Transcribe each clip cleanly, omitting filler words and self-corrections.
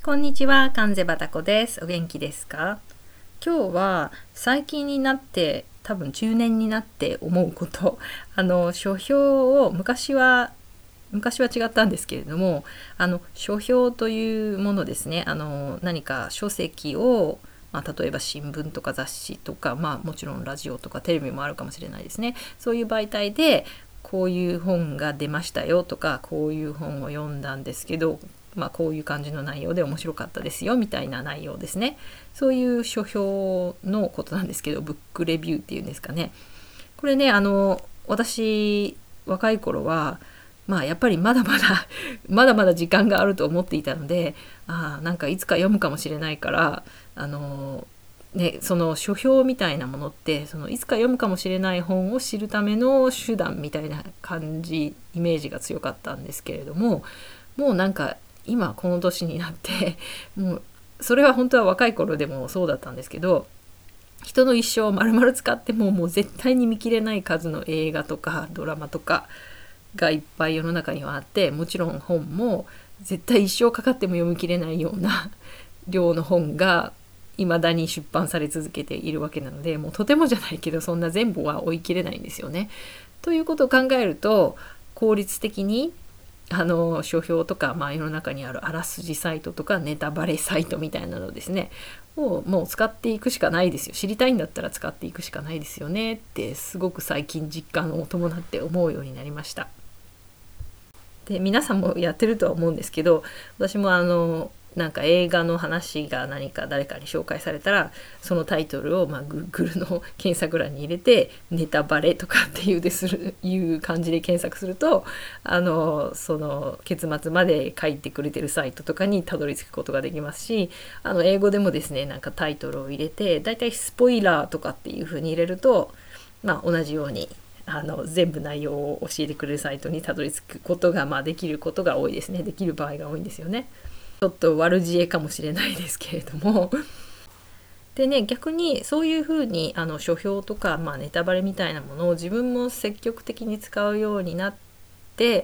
こんにちは、関瀬バタ子です。お元気ですか？今日は最近になって多分中年になって思うこと書評を昔は違ったんですけれども書評というものですね。何か書籍を例えば新聞とか雑誌とか、もちろんラジオとかテレビもあるかもしれないですね。そういう媒体でこういう本が出ましたよとか、こういう本を読んだんですけど、こういう感じの内容で面白かったですよみたいな内容ですね。そういう書評のことなんですけど、ブックレビューっていうんですかね。これね、私若い頃はやっぱりまだまだまだまだ時間があると思っていたので、なんかいつか読むかもしれないから、その書評みたいなものって、そのいつか読むかもしれない本を知るための手段みたいな感じ、イメージが強かったんですけれども、もうなんか今この年になってもうそれは本当は若い頃でもそうだったんですけど、人の一生を丸々使ってもう絶対に見切れない数の映画とかドラマとかがいっぱい世の中にはあって、もちろん本も絶対一生かかっても読み切れないような量の本が未だに出版され続けているわけなので、もうとてもじゃないけどそんな全部は追い切れないんですよね。ということを考えると、効率的に書評とか、世の中にあるあらすじサイトとかネタバレサイトみたいなのですねをもう使っていくしかないですよ。知りたいんだったら使っていくしかないですよねって、すごく最近実感を伴って思うようになりました。で、皆さんもやってるとは思うんですけど、私もなんか映画の話が何か誰かに紹介されたら、そのタイトルをGoogle の検索欄に入れてネタバレとかっていう感じで検索すると、その結末まで書いてくれてるサイトとかにたどり着くことができますし、英語でもですね、なんかタイトルを入れて、だいたいスポイラーとかっていう風に入れると、同じように全部内容を教えてくれるサイトにたどり着くことが、できることが多いですね。できる場合が多いんですよね。ちょっと悪知恵かもしれないですけれどもでね、逆にそういうふうに書評とか、ネタバレみたいなものを自分も積極的に使うようになって、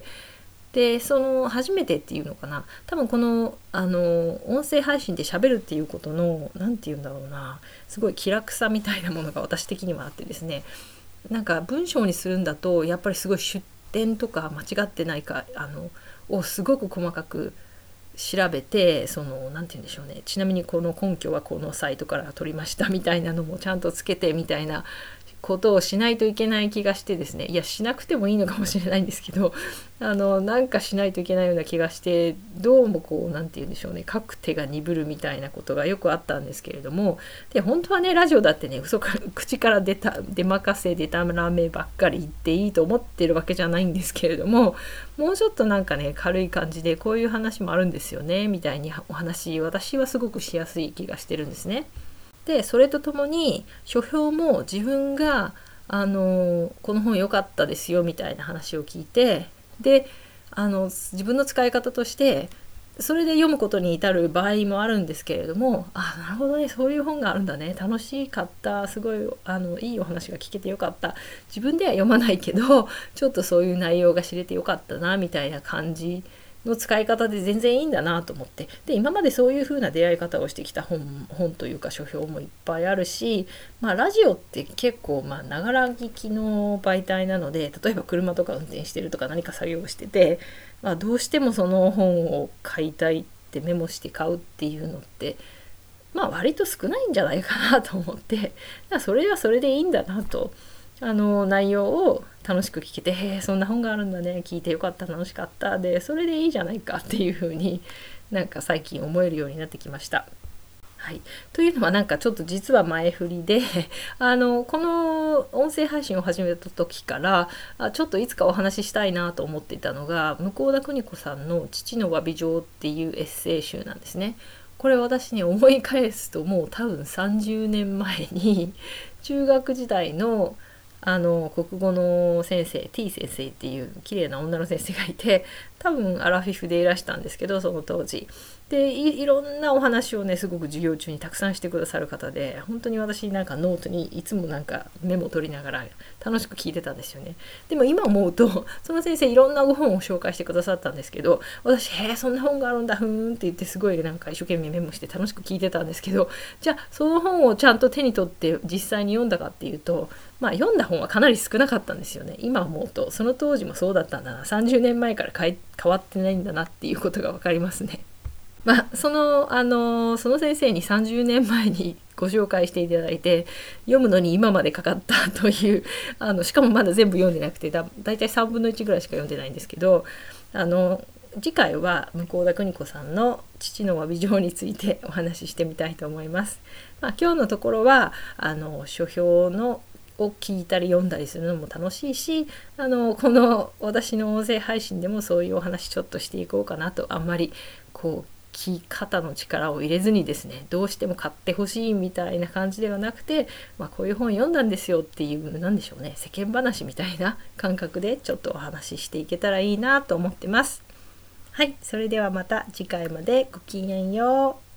でその初めてっていうのかな、多分この音声配信で喋るっていうことの何て言うんだろうな、すごい気楽さみたいなものが私的にはあってですね、なんか文章にするんだとやっぱりすごい出典とか間違ってないかをすごく細かく調べて、その何て言うんでしょうね、ちなみにこの根拠はこのサイトから取りましたみたいなのもちゃんとつけてみたいなことをしないといけない気がしてですね、いやしなくてもいいのかもしれないんですけど、なんかしないといけないような気がして、どうもこう何て言うんでしょうね、書く手が鈍るみたいなことがよくあったんですけれども、で本当はね、ラジオだってね、口から出まかせでたらめばっかり言っていいと思ってるわけじゃないんですけれども、もうちょっとなんかね、軽い感じでこういう話もあるんですよねみたいにお話、私はすごくしやすい気がしてるんですね。でそれとともに書評も自分がこの本良かったですよみたいな話を聞いて、で自分の使い方としてそれで読むことに至る場合もあるんですけれども、なるほどね、そういう本があるんだね、楽しかった、すごいいいお話が聞けてよかった、自分では読まないけどちょっとそういう内容が知れてよかったなみたいな感じの使い方で全然いいんだなと思って、で今までそういう風な出会い方をしてきた本というか書評もいっぱいあるし、ラジオって結構ながら聞きの媒体なので、例えば車とか運転してるとか何か作業してて、どうしてもその本を買いたいってメモして買うっていうのって割と少ないんじゃないかなと思って、それはそれでいいんだなと、内容を楽しく聞けて、へえそんな本があるんだね、聞いてよかった、楽しかった、でそれでいいじゃないかっていう風になんか最近思えるようになってきました。はい、というのはなんかちょっと実は前振りでこの音声配信を始めた時からちょっといつかお話ししたいなと思っていたのが、向田邦子さんの父の詫び状っていうエッセイ集なんですね。これ私に思い返すと、もう多分30年前に中学時代の国語の先生 T 先生っていう綺麗な女の先生がいて、多分アラフィフでいらしたんですけど、その当時でいろんなお話をねすごく授業中にたくさんしてくださる方で、本当に私なんかノートにいつもなんかメモ取りながら楽しく聞いてたんですよね。でも今思うとその先生いろんな本を紹介してくださったんですけど、私そんな本があるんだふーんって言ってすごいなんか一生懸命メモして楽しく聞いてたんですけど、じゃあその本をちゃんと手に取って実際に読んだかっていうと、読んだ本はかなり少なかったんですよね。今思うとその当時もそうだったんだな、30年前から変わってないんだなっていうことが分かりますね。その先生に30年前にご紹介していただいて読むのに今までかかったというしかもまだ全部読んでなくてだいたい3分の1ぐらいしか読んでないんですけど、次回は向田邦子さんの父の詫び状についてお話ししてみたいと思います。今日のところは書評のを聞いたり読んだりするのも楽しいし、この私の音声配信でもそういうお話ちょっとしていこうかなと、あんまりこう聞き方の力を入れずにですね、どうしても買ってほしいみたいな感じではなくて、こういう本読んだんですよっていうなんでしょうね、世間話みたいな感覚でちょっとお話ししていけたらいいなと思ってます。はい、それではまた次回までごきげんよう。